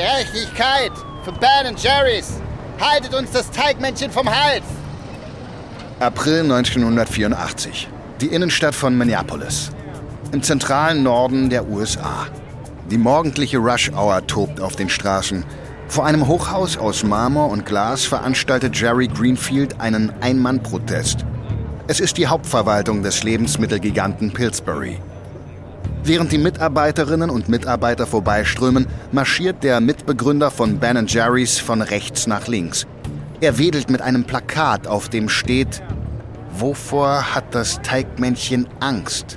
Gerechtigkeit für Ben & Jerry's! Haltet uns das Teigmännchen vom Hals! April 1984. Die Innenstadt von Minneapolis. Im zentralen Norden der USA. Die morgendliche Rush-Hour tobt auf den Straßen. Vor einem Hochhaus aus Marmor und Glas veranstaltet Jerry Greenfield einen Ein-Mann-Protest. Es ist die Hauptverwaltung des Lebensmittelgiganten Pillsbury. Während die Mitarbeiterinnen und Mitarbeiter vorbeiströmen, marschiert der Mitbegründer von Ben & Jerry's von rechts nach links. Er wedelt mit einem Plakat, auf dem steht: Wovor hat das Teigmännchen Angst?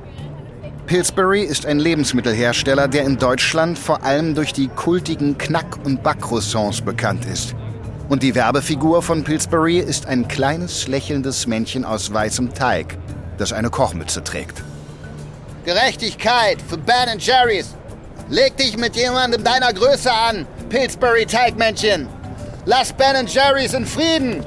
Pillsbury ist ein Lebensmittelhersteller, der in Deutschland vor allem durch die kultigen Knack- und Backcroissants bekannt ist. Und die Werbefigur von Pillsbury ist ein kleines, lächelndes Männchen aus weißem Teig, das eine Kochmütze trägt. Gerechtigkeit für Ben & Jerry's! Leg dich mit jemandem deiner Größe an, Pillsbury-Teigmännchen! Lass Ben & Jerry's in Frieden!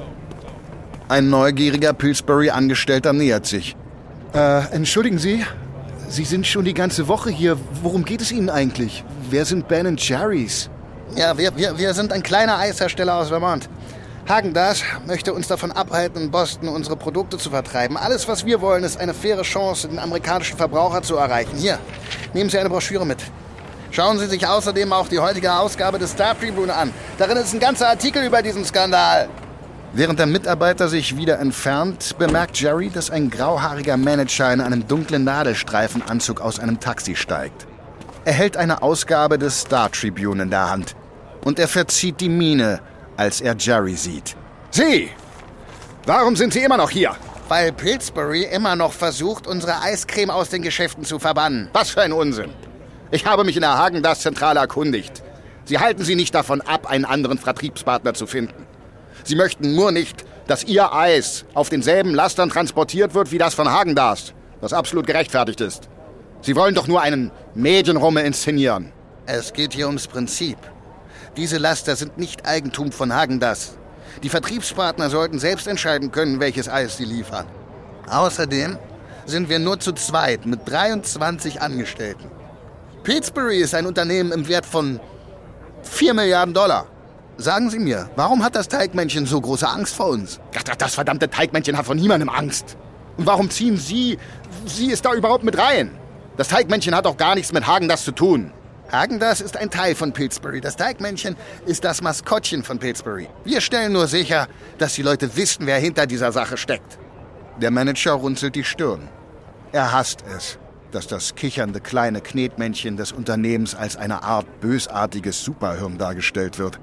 Ein neugieriger Pillsbury-Angestellter nähert sich. Entschuldigen Sie, Sie sind schon die ganze Woche hier. Worum geht es Ihnen eigentlich? Wer sind Ben & Jerry's? Ja, wir sind ein kleiner Eishersteller aus Vermont. Häagen-Dazs möchte uns davon abhalten, in Boston unsere Produkte zu vertreiben. Alles, was wir wollen, ist eine faire Chance, den amerikanischen Verbraucher zu erreichen. Hier, nehmen Sie eine Broschüre mit. Schauen Sie sich außerdem auch die heutige Ausgabe des Star Tribune an. Darin ist ein ganzer Artikel über diesen Skandal. Während der Mitarbeiter sich wieder entfernt, bemerkt Jerry, dass ein grauhaariger Manager in einem dunklen Nadelstreifenanzug aus einem Taxi steigt. Er hält eine Ausgabe des Star Tribune in der Hand. Und er verzieht die Miene, als er Jerry sieht. Sie! Warum sind Sie immer noch hier? Weil Pillsbury immer noch versucht, unsere Eiscreme aus den Geschäften zu verbannen. Was für ein Unsinn. Ich habe mich in der Häagen-Dazs-Zentrale erkundigt. Sie halten Sie nicht davon ab, einen anderen Vertriebspartner zu finden. Sie möchten nur nicht, dass Ihr Eis auf denselben Lastern transportiert wird wie das von Häagen-Dazs, was absolut gerechtfertigt ist. Sie wollen doch nur einen Medienrummel inszenieren. Es geht hier ums Prinzip. Diese Laster sind nicht Eigentum von Häagen-Dazs. Die Vertriebspartner sollten selbst entscheiden können, welches Eis sie liefern. Außerdem sind wir nur zu zweit mit 23 Angestellten. Pillsbury ist ein Unternehmen im Wert von $4 Milliarden. Sagen Sie mir, warum hat das Teigmännchen so große Angst vor uns? Das verdammte Teigmännchen hat vor niemandem Angst. Und warum ziehen Sie es da überhaupt mit rein? Das Teigmännchen hat doch gar nichts mit Häagen-Dazs zu tun. Häagen-Dazs ist ein Teil von Pillsbury. Das Teigmännchen ist das Maskottchen von Pillsbury. Wir stellen nur sicher, dass die Leute wissen, wer hinter dieser Sache steckt. Der Manager runzelt die Stirn. Er hasst es, dass das kichernde kleine Knetmännchen des Unternehmens als eine Art bösartiges Superhirn dargestellt wird.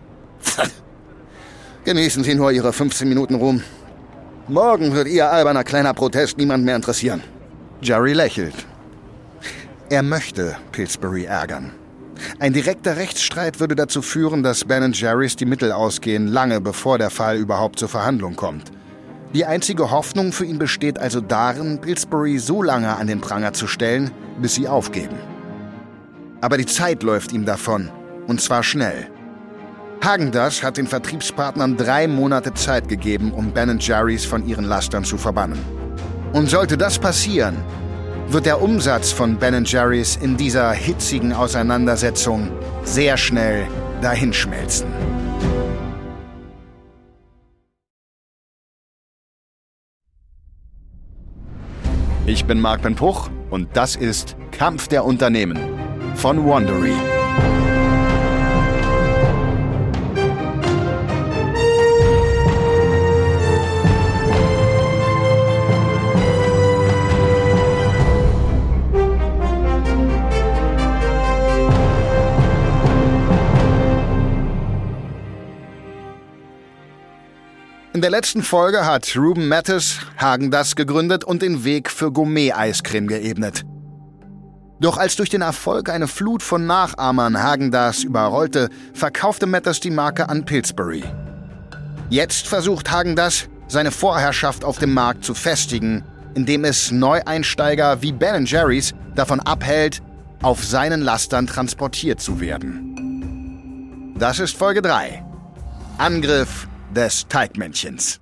Genießen Sie nur Ihre 15 Minuten Ruhm. Morgen wird Ihr alberner kleiner Protest niemand mehr interessieren. Jerry lächelt. Er möchte Pillsbury ärgern. Ein direkter Rechtsstreit würde dazu führen, dass Ben & Jerry's die Mittel ausgehen, lange bevor der Fall überhaupt zur Verhandlung kommt. Die einzige Hoffnung für ihn besteht also darin, Pillsbury so lange an den Pranger zu stellen, bis sie aufgeben. Aber die Zeit läuft ihm davon, und zwar schnell. Häagen-Dazs hat den Vertriebspartnern 3 Monate Zeit gegeben, um Ben & Jerry's von ihren Lastern zu verbannen. Und sollte das passieren, wird der Umsatz von Ben & Jerry's in dieser hitzigen Auseinandersetzung sehr schnell dahinschmelzen. Ich bin Marc Ben Puch und das ist Kampf der Unternehmen von Wondery. In der letzten Folge hat Reuben Mattes Häagen-Dazs gegründet und den Weg für Gourmet-Eiscreme geebnet. Doch als durch den Erfolg eine Flut von Nachahmern Häagen-Dazs überrollte, verkaufte Mattes die Marke an Pillsbury. Jetzt versucht Häagen-Dazs, seine Vorherrschaft auf dem Markt zu festigen, indem es Neueinsteiger wie Ben & Jerry's davon abhält, auf seinen Lastern transportiert zu werden. Das ist Folge 3. Angriff des Teigmännchens.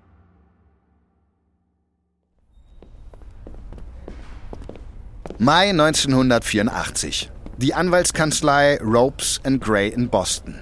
Mai 1984. Die Anwaltskanzlei Ropes & Gray in Boston.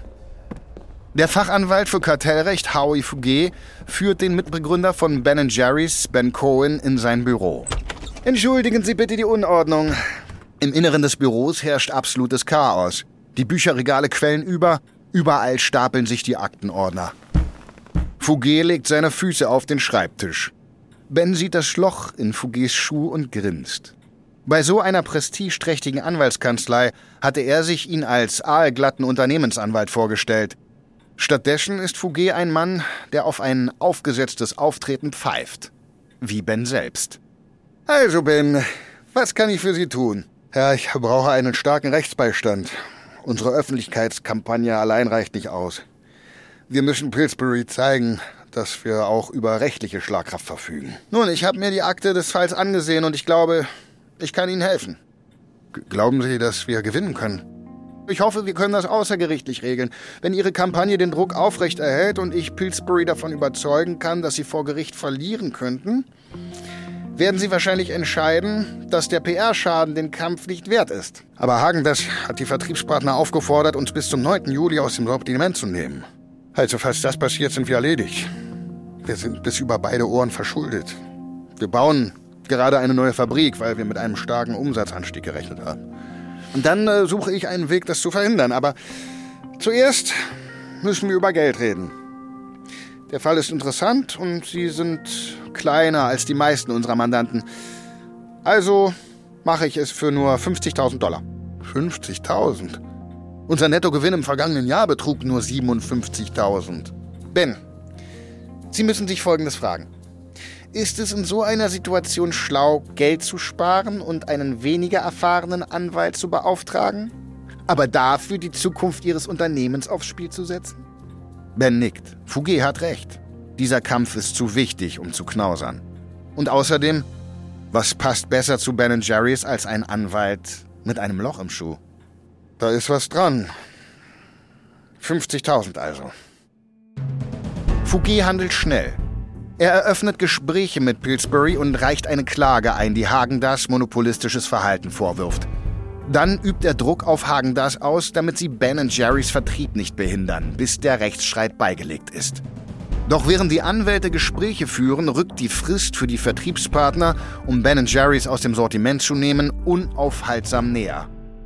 Der Fachanwalt für Kartellrecht Howie Fouquet führt den Mitbegründer von Ben & Jerry's, Ben Cohen, in sein Büro. Entschuldigen Sie bitte die Unordnung. Im Inneren des Büros herrscht absolutes Chaos. Die Bücherregale quellen über, überall stapeln sich die Aktenordner. Fouquet legt seine Füße auf den Schreibtisch. Ben sieht das Loch in Fouquets Schuh und grinst. Bei so einer prestigeträchtigen Anwaltskanzlei hatte er sich ihn als aalglatten Unternehmensanwalt vorgestellt. Stattdessen ist Fouquet ein Mann, der auf ein aufgesetztes Auftreten pfeift. Wie Ben selbst. Also Ben, was kann ich für Sie tun? Ja, ich brauche einen starken Rechtsbeistand. Unsere Öffentlichkeitskampagne allein reicht nicht aus. Wir müssen Pillsbury zeigen, dass wir auch über rechtliche Schlagkraft verfügen. Nun, ich habe mir die Akte des Falls angesehen und ich glaube, ich kann Ihnen helfen. Glauben Sie, dass wir gewinnen können? Ich hoffe, wir können das außergerichtlich regeln. Wenn Ihre Kampagne den Druck aufrechterhält und ich Pillsbury davon überzeugen kann, dass Sie vor Gericht verlieren könnten, werden Sie wahrscheinlich entscheiden, dass der PR-Schaden den Kampf nicht wert ist. Aber Häagen-Dazs hat die Vertriebspartner aufgefordert, uns bis zum 9. Juli aus dem Sortiment zu nehmen. Also falls das passiert, sind wir erledigt. Wir sind bis über beide Ohren verschuldet. Wir bauen gerade eine neue Fabrik, weil wir mit einem starken Umsatzanstieg gerechnet haben. Und dann suche ich einen Weg, das zu verhindern. Aber zuerst müssen wir über Geld reden. Der Fall ist interessant und Sie sind kleiner als die meisten unserer Mandanten. Also mache ich es für nur $50.000. 50.000? Unser Nettogewinn im vergangenen Jahr betrug nur 57.000. Ben, Sie müssen sich Folgendes fragen. Ist es in so einer Situation schlau, Geld zu sparen und einen weniger erfahrenen Anwalt zu beauftragen, aber dafür die Zukunft Ihres Unternehmens aufs Spiel zu setzen? Ben nickt. Fouquet hat recht. Dieser Kampf ist zu wichtig, um zu knausern. Und außerdem, was passt besser zu Ben & Jerry's als ein Anwalt mit einem Loch im Schuh? Da ist was dran. 50.000 also. Fouquet handelt schnell. Er eröffnet Gespräche mit Pillsbury und reicht eine Klage ein, die Häagen-Dazs monopolistisches Verhalten vorwirft. Dann übt er Druck auf Häagen-Dazs aus, damit sie Ben & Jerry's Vertrieb nicht behindern, bis der Rechtsstreit beigelegt ist. Doch während die Anwälte Gespräche führen, rückt die Frist für die Vertriebspartner, um Ben & Jerry's aus dem Sortiment zu nehmen, unaufhaltsam näher.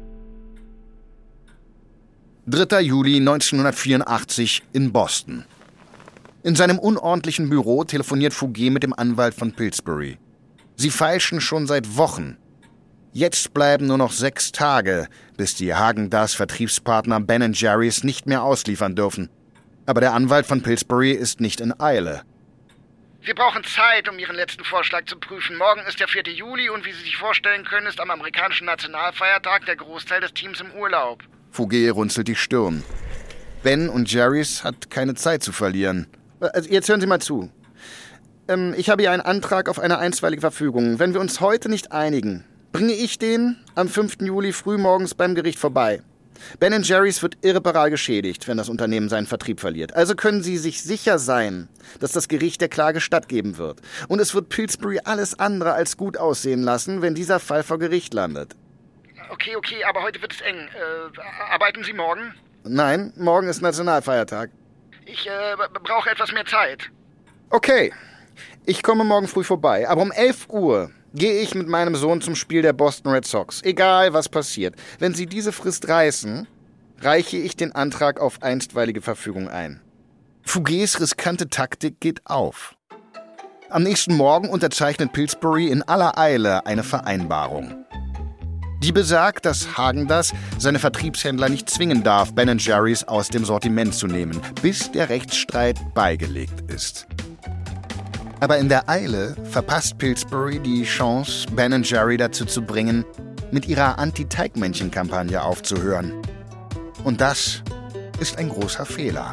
3. Juli 1984 in Boston. In seinem unordentlichen Büro telefoniert Fouquet mit dem Anwalt von Pillsbury. Sie feilschen schon seit Wochen. Jetzt bleiben nur noch 6 Tage, bis die Häagen-Dazs Vertriebspartner Ben & Jerry's nicht mehr ausliefern dürfen. Aber der Anwalt von Pillsbury ist nicht in Eile. Wir brauchen Zeit, um Ihren letzten Vorschlag zu prüfen. Morgen ist der 4. Juli und wie Sie sich vorstellen können, ist am amerikanischen Nationalfeiertag der Großteil des Teams im Urlaub. Fouquet runzelt die Stirn. Ben & Jerry's hat keine Zeit zu verlieren. Also jetzt hören Sie mal zu. Ich habe hier einen Antrag auf eine einstweilige Verfügung. Wenn wir uns heute nicht einigen, bringe ich den am 5. Juli frühmorgens beim Gericht vorbei. Ben & Jerry's wird irreparabel geschädigt, wenn das Unternehmen seinen Vertrieb verliert. Also können Sie sich sicher sein, dass das Gericht der Klage stattgeben wird. Und es wird Pillsbury alles andere als gut aussehen lassen, wenn dieser Fall vor Gericht landet. Okay, aber heute wird es eng. Arbeiten Sie morgen? Nein, morgen ist Nationalfeiertag. Ich brauche etwas mehr Zeit. Okay, ich komme morgen früh vorbei, aber um 11 Uhr gehe ich mit meinem Sohn zum Spiel der Boston Red Sox. Egal, was passiert. Wenn Sie diese Frist reißen, reiche ich den Antrag auf einstweilige Verfügung ein. Fouquets riskante Taktik geht auf. Am nächsten Morgen unterzeichnet Pillsbury in aller Eile eine Vereinbarung. Die besagt, dass Häagen-Dazs seine Vertriebshändler nicht zwingen darf, Ben & Jerry's aus dem Sortiment zu nehmen, bis der Rechtsstreit beigelegt ist. Aber in der Eile verpasst Pillsbury die Chance, Ben & Jerry dazu zu bringen, mit ihrer Anti-Teigmännchen-Kampagne aufzuhören. Und das ist ein großer Fehler.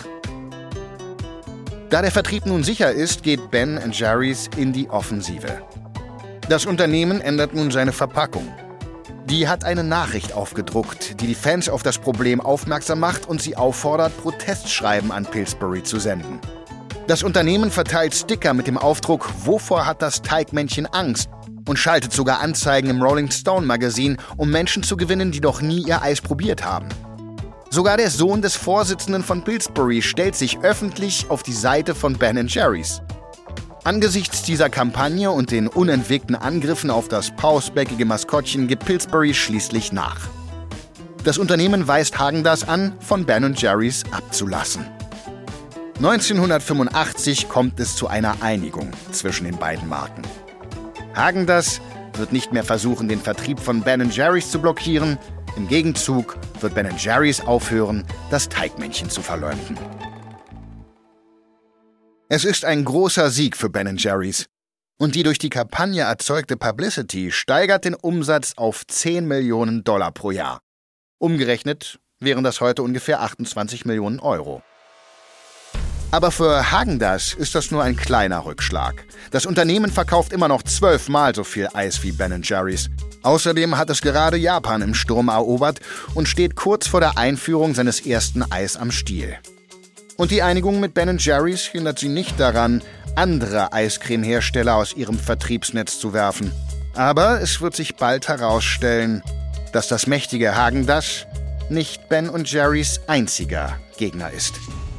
Da der Vertrieb nun sicher ist, geht Ben & Jerry's in die Offensive. Das Unternehmen ändert nun seine Verpackung. Die hat eine Nachricht aufgedruckt, die die Fans auf das Problem aufmerksam macht und sie auffordert, Protestschreiben an Pillsbury zu senden. Das Unternehmen verteilt Sticker mit dem Aufdruck, wovor hat das Teigmännchen Angst? und schaltet sogar Anzeigen im Rolling Stone Magazin, um Menschen zu gewinnen, die noch nie ihr Eis probiert haben. Sogar der Sohn des Vorsitzenden von Pillsbury stellt sich öffentlich auf die Seite von Ben & Jerry's. Angesichts dieser Kampagne und den unentwegten Angriffen auf das pausbäckige Maskottchen gibt Pillsbury schließlich nach. Das Unternehmen weist Häagen-Dazs an, von Ben & Jerry's abzulassen. 1985 kommt es zu einer Einigung zwischen den beiden Marken. Häagen-Dazs wird nicht mehr versuchen, den Vertrieb von Ben & Jerry's zu blockieren. Im Gegenzug wird Ben & Jerry's aufhören, das Teigmännchen zu verleumden. Es ist ein großer Sieg für Ben & Jerry's. Und die durch die Kampagne erzeugte Publicity steigert den Umsatz auf $10 Millionen pro Jahr. Umgerechnet wären das heute ungefähr 28 Millionen Euro. Aber für Häagen-Dazs ist das nur ein kleiner Rückschlag. Das Unternehmen verkauft immer noch 12-mal so viel Eis wie Ben & Jerry's. Außerdem hat es gerade Japan im Sturm erobert und steht kurz vor der Einführung seines ersten Eis am Stiel. Und die Einigung mit Ben & Jerry's hindert sie nicht daran, andere Eiscremehersteller aus ihrem Vertriebsnetz zu werfen. Aber es wird sich bald herausstellen, dass das mächtige Häagen-Dazs nicht Ben & Jerry's einziger Gegner ist.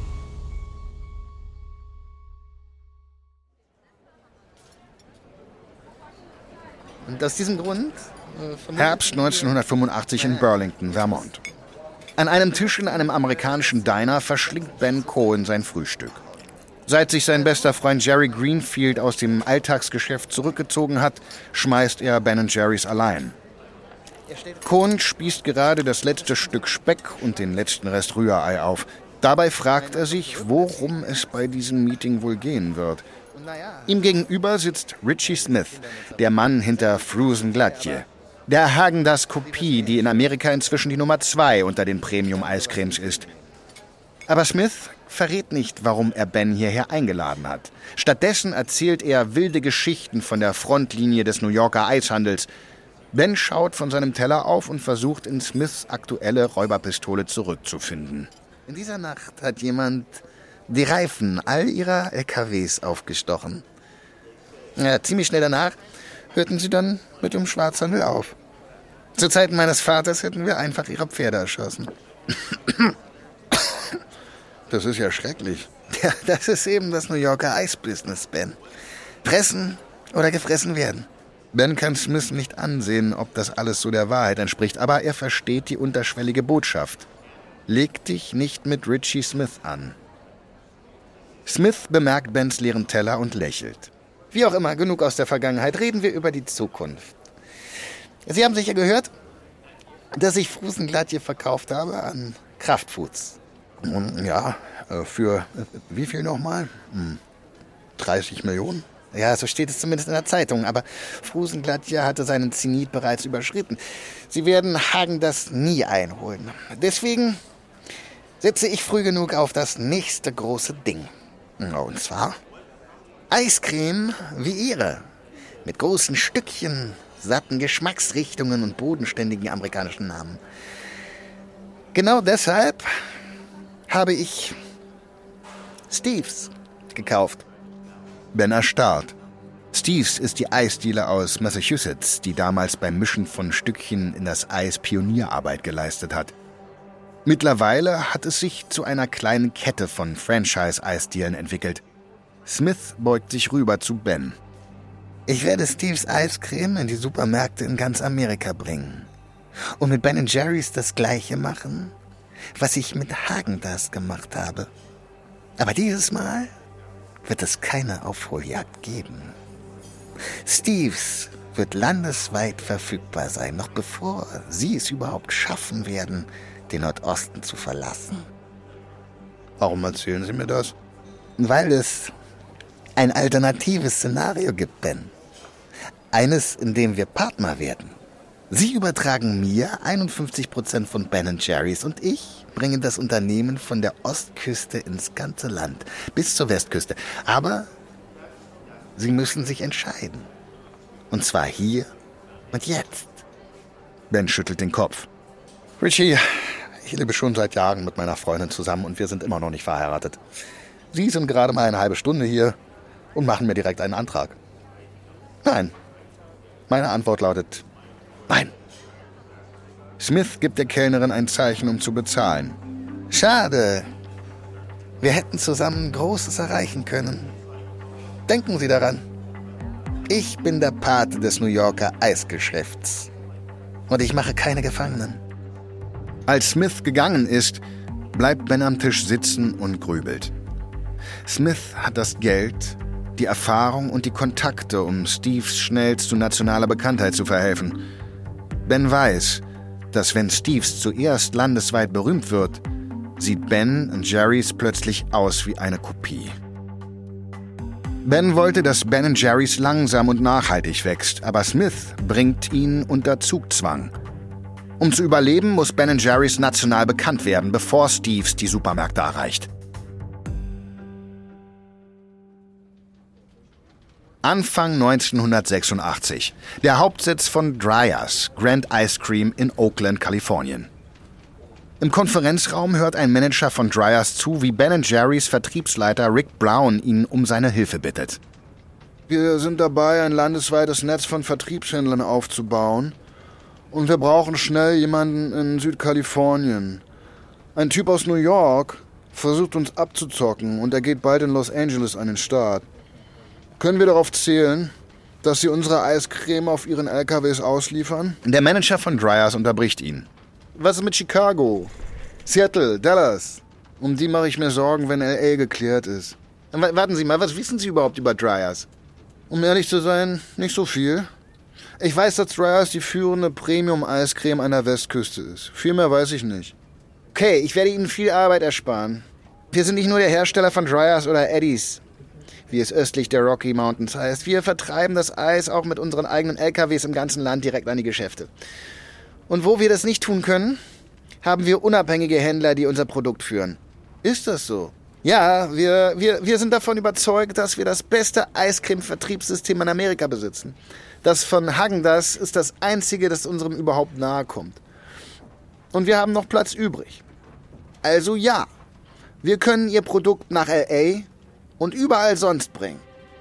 Und aus diesem Grund... Herbst 1985 in Burlington, Vermont. An einem Tisch in einem amerikanischen Diner verschlingt Ben Cohen sein Frühstück. Seit sich sein bester Freund Jerry Greenfield aus dem Alltagsgeschäft zurückgezogen hat, schmeißt er Ben & Jerry's allein. Cohen spießt gerade das letzte Stück Speck und den letzten Rest Rührei auf. Dabei fragt er sich, worum es bei diesem Meeting wohl gehen wird. Ihm gegenüber sitzt Richie Smith, der Mann hinter Frozen Glatje. Der Häagen-Dazs-Kopie, die in Amerika inzwischen die Nummer 2 unter den Premium-Eiscremes ist. Aber Smith verrät nicht, warum er Ben hierher eingeladen hat. Stattdessen erzählt er wilde Geschichten von der Frontlinie des New Yorker Eishandels. Ben schaut von seinem Teller auf und versucht, in Smiths aktuelle Räuberpistole zurückzufinden. In dieser Nacht hat jemand die Reifen all ihrer LKWs aufgestochen. Ja, ziemlich schnell danach hörten sie dann mit dem Schwarzhandel auf. Zu Zeiten meines Vaters hätten wir einfach ihre Pferde erschossen. Das ist ja schrecklich. Ja, das ist eben das New Yorker Eisbusiness, Ben. Fressen oder gefressen werden. Ben kann Smith nicht ansehen, ob das alles so der Wahrheit entspricht, aber er versteht die unterschwellige Botschaft. Leg dich nicht mit Richie Smith an. Smith bemerkt Bens leeren Teller und lächelt. Wie auch immer, genug aus der Vergangenheit. Reden wir über die Zukunft. Sie haben sicher gehört, dass ich Frozen Glatje verkauft habe an Kraft Foods. Ja, für wie viel nochmal? 30 Millionen? Ja, so steht es zumindest in der Zeitung. Aber Frozen Glatje hatte seinen Zenit bereits überschritten. Sie werden Häagen-Dazs nie einholen. Deswegen setze ich früh genug auf das nächste große Ding. Und zwar Eiscreme wie Ihre. Mit großen Stückchen, satten Geschmacksrichtungen und bodenständigen amerikanischen Namen. Genau deshalb habe ich Steve's gekauft. Ben erstarrt. Steve's ist die Eisdiele aus Massachusetts, die damals beim Mischen von Stückchen in das Eis Pionierarbeit geleistet hat. Mittlerweile hat es sich zu einer kleinen Kette von Franchise-Eisdielen entwickelt. Smith beugt sich rüber zu Ben. Ich werde Steve's Eiscreme in die Supermärkte in ganz Amerika bringen. Und mit Ben & Jerry's das Gleiche machen, was ich mit Häagen-Dazs gemacht habe. Aber dieses Mal wird es keine Aufholjagd geben. Steve's wird landesweit verfügbar sein, noch bevor Sie es überhaupt schaffen werden, den Nordosten zu verlassen. Warum erzählen Sie mir das? Weil es ein alternatives Szenario gibt, Ben. Eines, in dem wir Partner werden. Sie übertragen mir 51% von Ben & Jerry's und ich bringe das Unternehmen von der Ostküste ins ganze Land, bis zur Westküste. Aber Sie müssen sich entscheiden. Und zwar hier und jetzt. Ben schüttelt den Kopf. Richie, ich lebe schon seit Jahren mit meiner Freundin zusammen und wir sind immer noch nicht verheiratet. Sie sind gerade mal eine halbe Stunde hier und machen mir direkt einen Antrag. Nein, Meine Antwort lautet nein. Smith gibt der Kellnerin ein Zeichen, um zu bezahlen. Schade. Wir hätten zusammen Großes erreichen können. Denken Sie daran. Ich bin der Pate des New Yorker Eisgeschäfts. Und ich mache keine Gefangenen. Als Smith gegangen ist, bleibt Ben am Tisch sitzen und grübelt. Smith hat das Geld, die Erfahrung und die Kontakte, um Steves schnell zu nationaler Bekanntheit zu verhelfen. Ben weiß, dass wenn Steves zuerst landesweit berühmt wird, sieht Ben & Jerry's plötzlich aus wie eine Kopie. Ben wollte, dass Ben & Jerry's langsam und nachhaltig wächst, aber Smith bringt ihn unter Zugzwang. Um zu überleben, muss Ben & Jerry's national bekannt werden, bevor Steves die Supermärkte erreicht. Anfang 1986. Der Hauptsitz von Dreyer's, Grand Ice Cream in Oakland, Kalifornien. Im Konferenzraum hört ein Manager von Dreyer's zu, wie Ben & Jerry's Vertriebsleiter Rick Brown ihn um seine Hilfe bittet. Wir sind dabei, ein landesweites Netz von Vertriebshändlern aufzubauen. Und wir brauchen schnell jemanden in Südkalifornien. Ein Typ aus New York versucht uns abzuzocken und er geht bald in Los Angeles an den Start. Können wir darauf zählen, dass Sie unsere Eiscreme auf Ihren LKWs ausliefern? Der Manager von Dreyer's unterbricht ihn. Was ist mit Chicago? Seattle, Dallas? Um die mache ich mir Sorgen, wenn L.A. geklärt ist. Warten Sie mal, was wissen Sie überhaupt über Dreyer's? Um ehrlich zu sein, nicht so viel. Ich weiß, dass Dreyer's die führende Premium-Eiscreme an der Westküste ist. Viel mehr weiß ich nicht. Okay, ich werde Ihnen viel Arbeit ersparen. Wir sind nicht nur der Hersteller von Dreyer's oder Eddie's, wie es östlich der Rocky Mountains heißt. Wir vertreiben das Eis auch mit unseren eigenen LKWs im ganzen Land direkt an die Geschäfte. Und wo wir das nicht tun können, haben wir unabhängige Händler, die unser Produkt führen. Ist das so? Ja, wir sind davon überzeugt, dass wir das beste Eiscreme-Vertriebssystem in Amerika besitzen. Das von Häagen-Dazs ist das einzige, das unserem überhaupt nahe kommt. Und wir haben noch Platz übrig. Also ja, wir können Ihr Produkt nach L.A. und überall sonst bringen.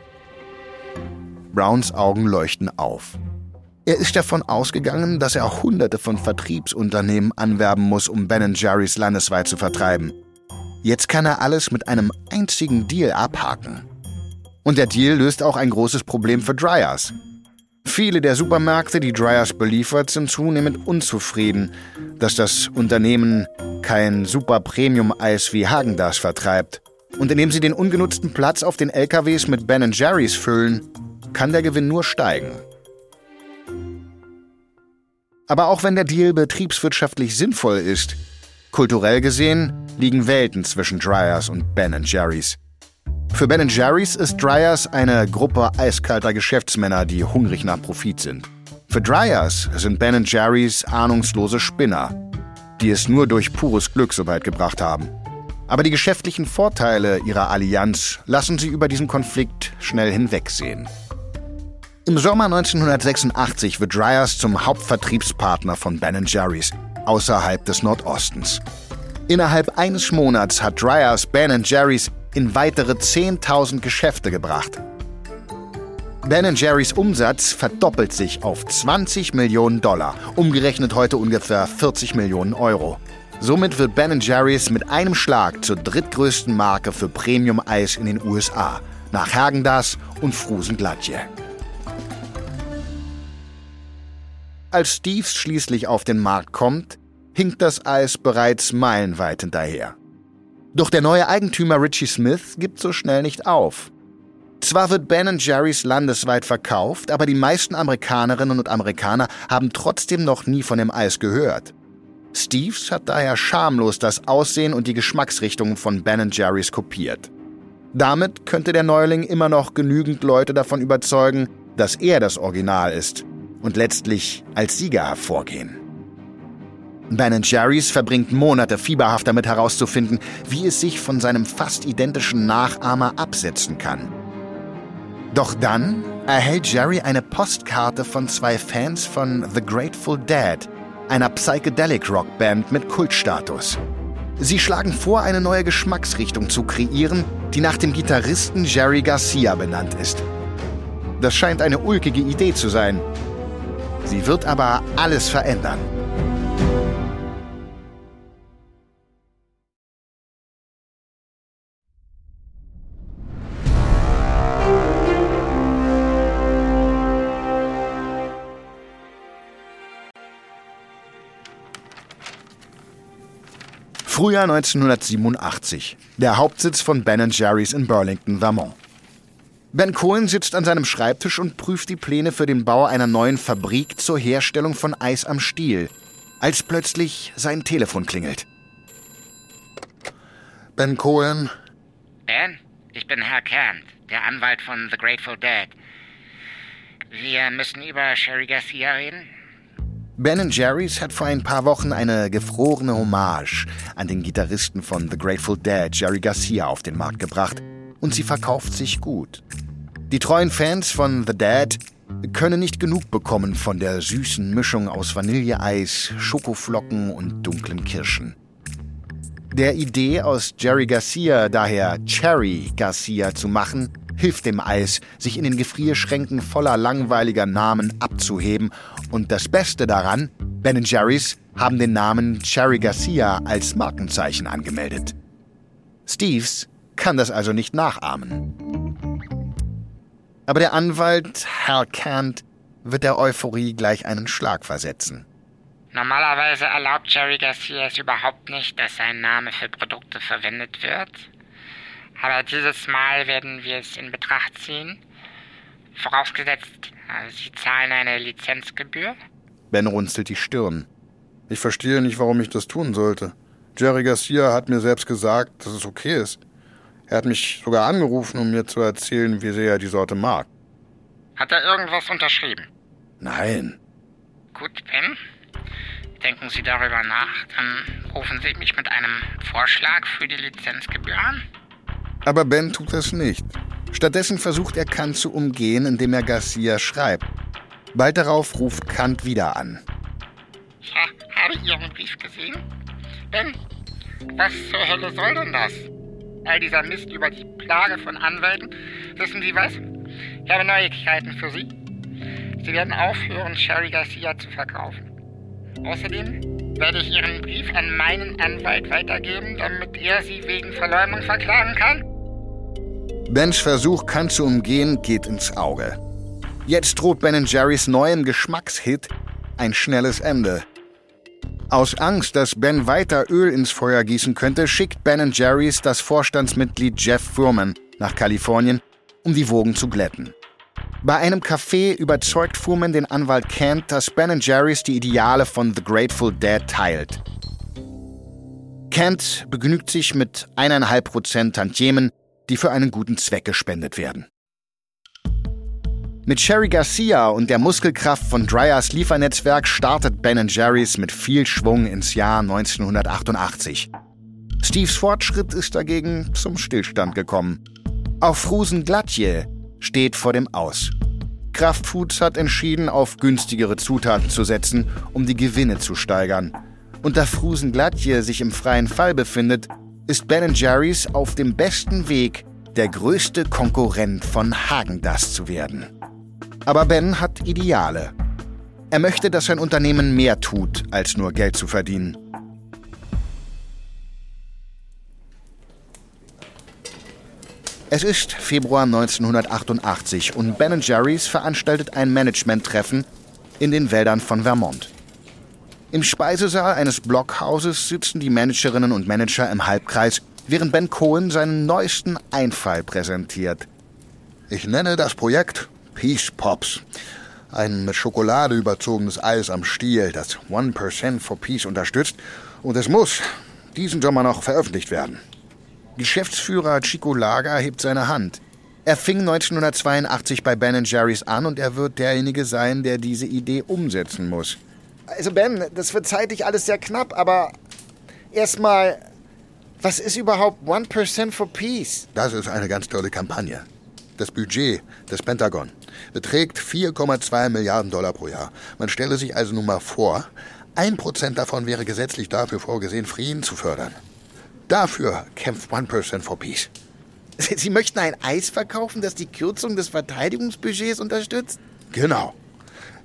Browns Augen leuchten auf. Er ist davon ausgegangen, dass er auch Hunderte von Vertriebsunternehmen anwerben muss, um Ben & Jerry's landesweit zu vertreiben. Jetzt kann er alles mit einem einzigen Deal abhaken. Und der Deal löst auch ein großes Problem für Dreyer's. Viele der Supermärkte, die Dreyer's beliefert, sind zunehmend unzufrieden, dass das Unternehmen kein Super-Premium-Eis wie Häagen-Dazs vertreibt. Und indem sie den ungenutzten Platz auf den LKWs mit Ben & Jerry's füllen, kann der Gewinn nur steigen. Aber auch wenn der Deal betriebswirtschaftlich sinnvoll ist, kulturell gesehen liegen Welten zwischen Dreyer's und Ben & Jerry's. Für Ben & Jerry's ist Dreyer's eine Gruppe eiskalter Geschäftsmänner, die hungrig nach Profit sind. Für Dreyer's sind Ben & Jerry's ahnungslose Spinner, die es nur durch pures Glück so weit gebracht haben. Aber die geschäftlichen Vorteile ihrer Allianz lassen sie über diesen Konflikt schnell hinwegsehen. Im Sommer 1986 wird Dreyer's zum Hauptvertriebspartner von Ben & Jerry's außerhalb des Nordostens. Innerhalb eines Monats hat Dreyer's Ben & Jerry's in weitere 10.000 Geschäfte gebracht. Ben & Jerry's Umsatz verdoppelt sich auf $20 Millionen, umgerechnet heute ungefähr 40 Millionen Euro. Somit wird Ben & Jerry's mit einem Schlag zur drittgrößten Marke für Premium-Eis in den USA, nach Häagen-Dazs und Frozen Gladje. Als Steve's schließlich auf den Markt kommt, hinkt das Eis bereits meilenweit hinterher. Doch der neue Eigentümer Richie Smith gibt so schnell nicht auf. Zwar wird Ben & Jerry's landesweit verkauft, aber die meisten Amerikanerinnen und Amerikaner haben trotzdem noch nie von dem Eis gehört. Steve's hat daher schamlos das Aussehen und die Geschmacksrichtungen von Ben & Jerry's kopiert. Damit könnte der Neuling immer noch genügend Leute davon überzeugen, dass er das Original ist und letztlich als Sieger hervorgehen. Ben & Jerry's verbringt Monate fieberhaft damit herauszufinden, wie es sich von seinem fast identischen Nachahmer absetzen kann. Doch dann erhält Jerry eine Postkarte von 2 Fans von The Grateful Dead, einer Psychedelic-Rockband mit Kultstatus. Sie schlagen vor, eine neue Geschmacksrichtung zu kreieren, die nach dem Gitarristen Jerry Garcia benannt ist. Das scheint eine ulkige Idee zu sein, Sie wird aber alles verändern. Frühjahr 1987. Der Hauptsitz von Ben & Jerry's in Burlington, Vermont. Ben Cohen sitzt an seinem Schreibtisch und prüft die Pläne für den Bau einer neuen Fabrik zur Herstellung von Eis am Stiel, als plötzlich sein Telefon klingelt. Ben Cohen? Ben, ich bin Herr Kent, der Anwalt von The Grateful Dead. Wir müssen über Cherry Garcia reden. Ben & Jerry's hat vor ein paar Wochen eine gefrorene Hommage an den Gitarristen von The Grateful Dead, Jerry Garcia, auf den Markt gebracht. Und sie verkauft sich gut. Die treuen Fans von The Dead können nicht genug bekommen von der süßen Mischung aus Vanilleeis, Schokoflocken und dunklen Kirschen. Der Idee, aus Jerry Garcia daher Cherry Garcia zu machen, hilft dem Eis, sich in den Gefrierschränken voller langweiliger Namen abzuheben. Und das Beste daran, Ben & Jerry's haben den Namen Cherry Garcia als Markenzeichen angemeldet. Steves kann das also nicht nachahmen. Aber der Anwalt, Hal Kent, wird der Euphorie gleich einen Schlag versetzen. Normalerweise erlaubt Cherry Garcia es überhaupt nicht, dass sein Name für Produkte verwendet wird. Aber dieses Mal werden wir es in Betracht ziehen. Vorausgesetzt, Sie zahlen eine Lizenzgebühr. Ben runzelt die Stirn. Ich verstehe nicht, warum ich das tun sollte. Jerry Garcia hat mir selbst gesagt, dass es okay ist. Er hat mich sogar angerufen, um mir zu erzählen, wie sehr er die Sorte mag. Hat er irgendwas unterschrieben? Nein. Gut, Ben. Denken Sie darüber nach. Dann rufen Sie mich mit einem Vorschlag für die Lizenzgebühr an. Aber Ben tut das nicht. Stattdessen versucht er Kant zu umgehen, indem er Garcia schreibt. Bald darauf ruft Kant wieder an. Ich habe Ihren Brief gesehen. Ben, was zur Hölle soll denn das? All dieser Mist über die Plage von Anwälten. Wissen Sie was? Ich habe Neuigkeiten für Sie. Sie werden aufhören, Cherry Garcia zu verkaufen. Außerdem werde ich Ihren Brief an meinen Anwalt weitergeben, damit er Sie wegen Verleumdung verklagen kann. Bens Versuch, Kant zu umgehen, geht ins Auge. Jetzt droht Ben & Jerry's neuem Geschmackshit ein schnelles Ende. Aus Angst, dass Ben weiter Öl ins Feuer gießen könnte, schickt Ben & Jerry's das Vorstandsmitglied Jeff Furman nach Kalifornien, um die Wogen zu glätten. Bei einem Café überzeugt Furman den Anwalt Kent, dass Ben & Jerry's die Ideale von The Grateful Dead teilt. Kent begnügt sich mit 1,5% Tantiemen, die für einen guten Zweck gespendet werden. Mit Cherry Garcia und der Muskelkraft von Dryers Liefernetzwerk startet Ben & Jerry's mit viel Schwung ins Jahr 1988. Steves Fortschritt ist dagegen zum Stillstand gekommen. Auch Frusen Glatje steht vor dem Aus. Kraft Foods hat entschieden, auf günstigere Zutaten zu setzen, um die Gewinne zu steigern. Und da Frusen Glatje sich im freien Fall befindet, ist Ben & Jerry's auf dem besten Weg, der größte Konkurrent von Häagen-Dazs zu werden. Aber Ben hat Ideale. Er möchte, dass sein Unternehmen mehr tut, als nur Geld zu verdienen. Es ist Februar 1988 und Ben & Jerry's veranstaltet ein Management-Treffen in den Wäldern von Vermont. Im Speisesaal eines Blockhauses sitzen die Managerinnen und Manager im Halbkreis, während Ben Cohen seinen neuesten Einfall präsentiert. Ich nenne das Projekt Peace Pops. Ein mit Schokolade überzogenes Eis am Stiel, das 1% for Peace unterstützt. Und es muss diesen Sommer noch veröffentlicht werden. Geschäftsführer Chico Lager hebt seine Hand. Er fing 1982 bei Ben & Jerry's an und er wird derjenige sein, der diese Idee umsetzen muss. Also Ben, das wird zeitlich alles sehr knapp, aber erstmal, was ist überhaupt 1% for Peace? Das ist eine ganz tolle Kampagne. Das Budget des Pentagon beträgt 4,2 Milliarden Dollar pro Jahr. Man stelle sich also nun mal vor, 1% davon wäre gesetzlich dafür vorgesehen, Frieden zu fördern. Dafür kämpft 1% for Peace. Sie möchten ein Eis verkaufen, das die Kürzung des Verteidigungsbudgets unterstützt? Genau.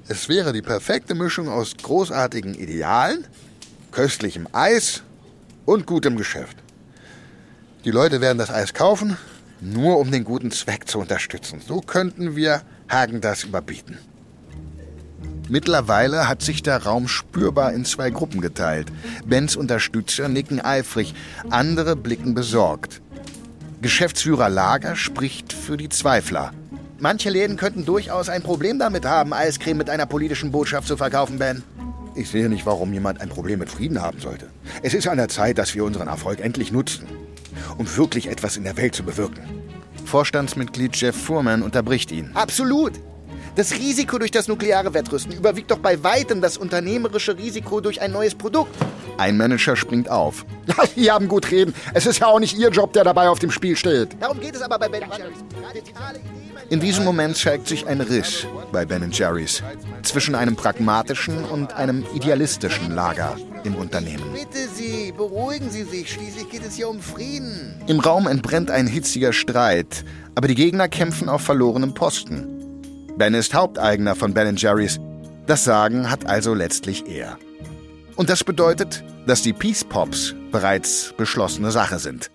Es wäre die perfekte Mischung aus großartigen Idealen, köstlichem Eis und gutem Geschäft. Die Leute werden das Eis kaufen, nur um den guten Zweck zu unterstützen. So könnten wir Häagen-Dazs überbieten. Mittlerweile hat sich der Raum spürbar in 2 Gruppen geteilt. Bens Unterstützer nicken eifrig, andere blicken besorgt. Geschäftsführer Lager spricht für die Zweifler. Manche Läden könnten durchaus ein Problem damit haben, Eiscreme mit einer politischen Botschaft zu verkaufen, Ben. Ich sehe nicht, warum jemand ein Problem mit Frieden haben sollte. Es ist an der Zeit, dass wir unseren Erfolg endlich nutzen, um wirklich etwas in der Welt zu bewirken. Vorstandsmitglied Jeff Fuhrman unterbricht ihn. Absolut. Das Risiko durch das nukleare Wettrüsten überwiegt doch bei weitem das unternehmerische Risiko durch ein neues Produkt. Ein Manager springt auf. Ja, Sie haben gut reden. Es ist ja auch nicht Ihr Job, der dabei auf dem Spiel steht. Darum geht es aber bei Ben Jerry's. In diesem Moment zeigt sich ein Riss bei Ben Jerry's zwischen einem pragmatischen und einem idealistischen Lager im Unternehmen. Bitte Sie, beruhigen Sie sich. Schließlich geht es hier um Frieden. Im Raum entbrennt ein hitziger Streit, aber die Gegner kämpfen auf verlorenem Posten. Ben ist Haupteigner von Ben Jerry's. Das Sagen hat also letztlich er. Und das bedeutet, dass die Peace Pops bereits beschlossene Sache sind.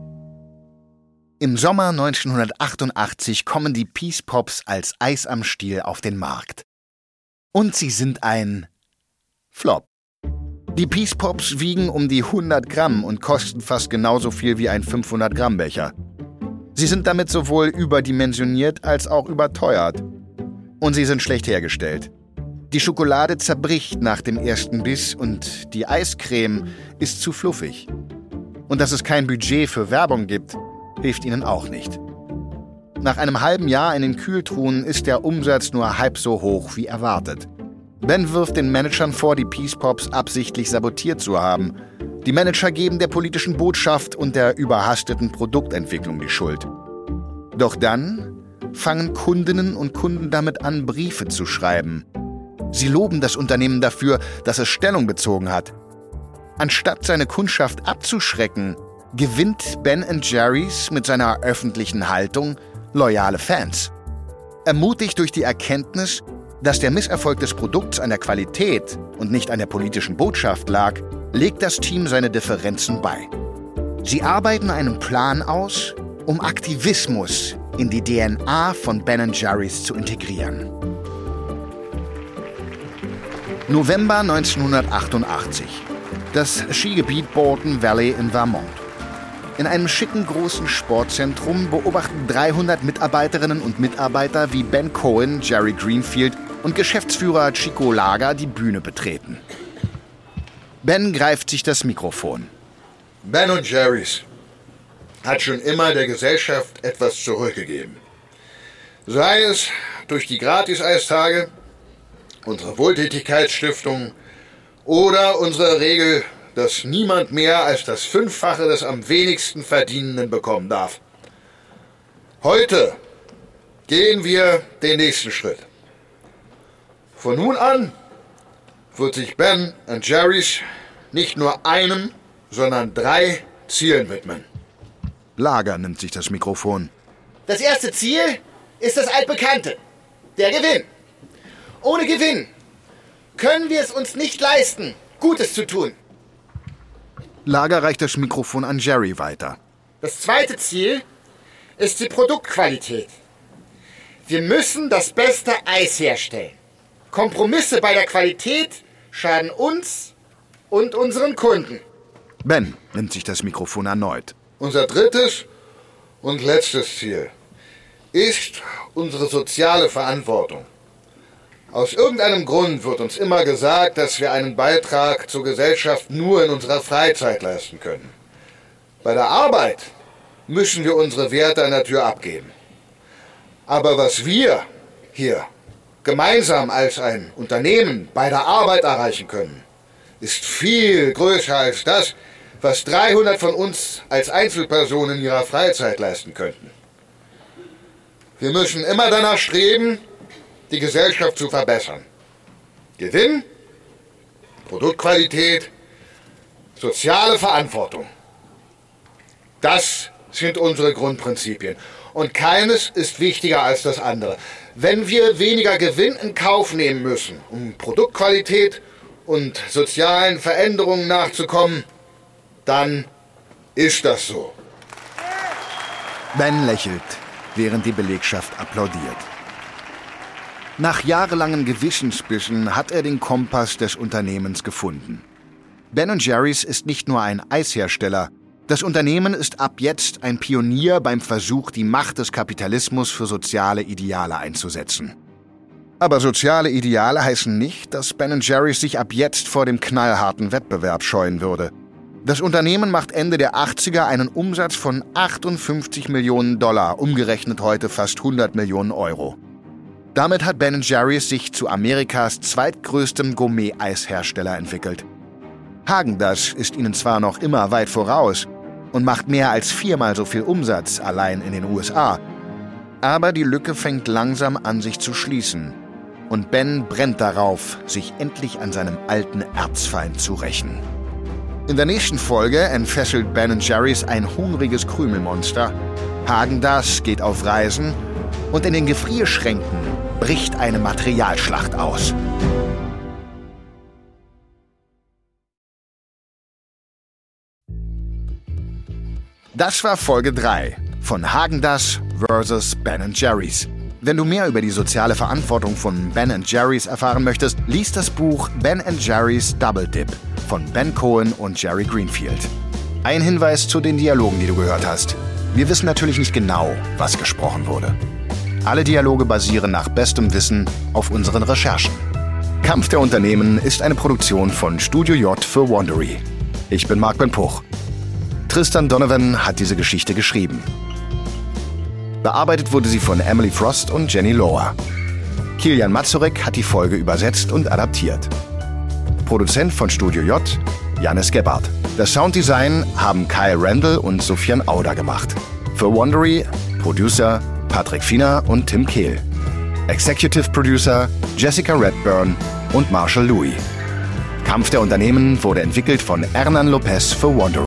Im Sommer 1988 kommen die Peace Pops als Eis am Stiel auf den Markt. Und sie sind ein Flop. Die Peace Pops wiegen um die 100 Gramm und kosten fast genauso viel wie ein 500 Gramm Becher. Sie sind damit sowohl überdimensioniert als auch überteuert. Und sie sind schlecht hergestellt. Die Schokolade zerbricht nach dem ersten Biss und die Eiscreme ist zu fluffig. Und dass es kein Budget für Werbung gibt, hilft ihnen auch nicht. Nach einem halben Jahr in den Kühltruhen ist der Umsatz nur halb so hoch wie erwartet. Ben wirft den Managern vor, die Peace Pops absichtlich sabotiert zu haben. Die Manager geben der politischen Botschaft und der überhasteten Produktentwicklung die Schuld. Doch dann fangen Kundinnen und Kunden damit an, Briefe zu schreiben. Sie loben das Unternehmen dafür, dass es Stellung bezogen hat. Anstatt seine Kundschaft abzuschrecken, gewinnt Ben & Jerry's mit seiner öffentlichen Haltung loyale Fans. Ermutigt durch die Erkenntnis, dass der Misserfolg des Produkts an der Qualität und nicht an der politischen Botschaft lag, legt das Team seine Differenzen bei. Sie arbeiten einen Plan aus, um Aktivismus in die DNA von Ben & Jerry's zu integrieren. November 1988. Das Skigebiet Bolton Valley in Vermont. In einem schicken großen Sportzentrum beobachten 300 Mitarbeiterinnen und Mitarbeiter, wie Ben Cohen, Jerry Greenfield und Geschäftsführer Chico Lager die Bühne betreten. Ben greift sich das Mikrofon. Ben & Jerry's hat schon immer der Gesellschaft etwas zurückgegeben. Sei es durch die Gratis-Eistage, unsere Wohltätigkeitsstiftung oder unsere Regel, dass niemand mehr als das 5-fache des am wenigsten Verdienenden bekommen darf. Heute gehen wir den nächsten Schritt. Von nun an wird sich Ben & Jerry's nicht nur einem, sondern 3 Zielen widmen. Lager nimmt sich das Mikrofon. Das erste Ziel ist das altbekannte, der Gewinn. Ohne Gewinn können wir es uns nicht leisten, Gutes zu tun. Lager reicht das Mikrofon an Jerry weiter. Das zweite Ziel ist die Produktqualität. Wir müssen das beste Eis herstellen. Kompromisse bei der Qualität schaden uns und unseren Kunden. Ben nimmt sich das Mikrofon erneut. Unser drittes und letztes Ziel ist unsere soziale Verantwortung. Aus irgendeinem Grund wird uns immer gesagt, dass wir einen Beitrag zur Gesellschaft nur in unserer Freizeit leisten können. Bei der Arbeit müssen wir unsere Werte an der Tür abgeben. Aber was wir hier gemeinsam als ein Unternehmen bei der Arbeit erreichen können, ist viel größer als das, was 300 von uns als Einzelpersonen in ihrer Freizeit leisten könnten. Wir müssen immer danach streben, die Gesellschaft zu verbessern. Gewinn, Produktqualität, soziale Verantwortung. Das sind unsere Grundprinzipien. Und keines ist wichtiger als das andere. Wenn wir weniger Gewinn in Kauf nehmen müssen, um Produktqualität und sozialen Veränderungen nachzukommen, dann ist das so. Ben lächelt, während die Belegschaft applaudiert. Nach jahrelangen Gewissensbissen hat er den Kompass des Unternehmens gefunden. Ben & Jerry's ist nicht nur ein Eishersteller. Das Unternehmen ist ab jetzt ein Pionier beim Versuch, die Macht des Kapitalismus für soziale Ideale einzusetzen. Aber soziale Ideale heißen nicht, dass Ben & Jerry's sich ab jetzt vor dem knallharten Wettbewerb scheuen würde. Das Unternehmen macht Ende der 80er einen Umsatz von 58 Millionen $, umgerechnet heute fast 100 Millionen Euro. Damit hat Ben & Jerry's sich zu Amerikas zweitgrößtem Gourmet-Eishersteller entwickelt. Häagen-Dazs ist ihnen zwar noch immer weit voraus und macht mehr als 4-mal so viel Umsatz allein in den USA, aber die Lücke fängt langsam an, sich zu schließen. Und Ben brennt darauf, sich endlich an seinem alten Erzfeind zu rächen. In der nächsten Folge entfesselt Ben & Jerry's ein hungriges Krümelmonster, Häagen-Dazs geht auf Reisen und in den Gefrierschränken bricht eine Materialschlacht aus. Das war Folge 3 von Häagen-Dazs vs. Ben & Jerry's. Wenn du mehr über die soziale Verantwortung von Ben & Jerry's erfahren möchtest, lies das Buch Ben & Jerry's Double Dip von Ben Cohen und Jerry Greenfield. Ein Hinweis zu den Dialogen, die du gehört hast. Wir wissen natürlich nicht genau, was gesprochen wurde. Alle Dialoge basieren nach bestem Wissen auf unseren Recherchen. Kampf der Unternehmen ist eine Produktion von Studio J für Wondery. Ich bin Marc Ben Puch. Tristan Donovan hat diese Geschichte geschrieben. Bearbeitet wurde sie von Emily Frost und Jenny Lohr. Kilian Mazurek hat die Folge übersetzt und adaptiert. Produzent von Studio J, Jannis Gebhardt. Das Sounddesign haben Kyle Randall und Sofian Auder gemacht. Für Wondery, Producer Patrick Fiener und Tim Kehl. Executive Producer Jessica Redburn und Marshall Louis. Kampf der Unternehmen wurde entwickelt von Hernan Lopez für Wondery.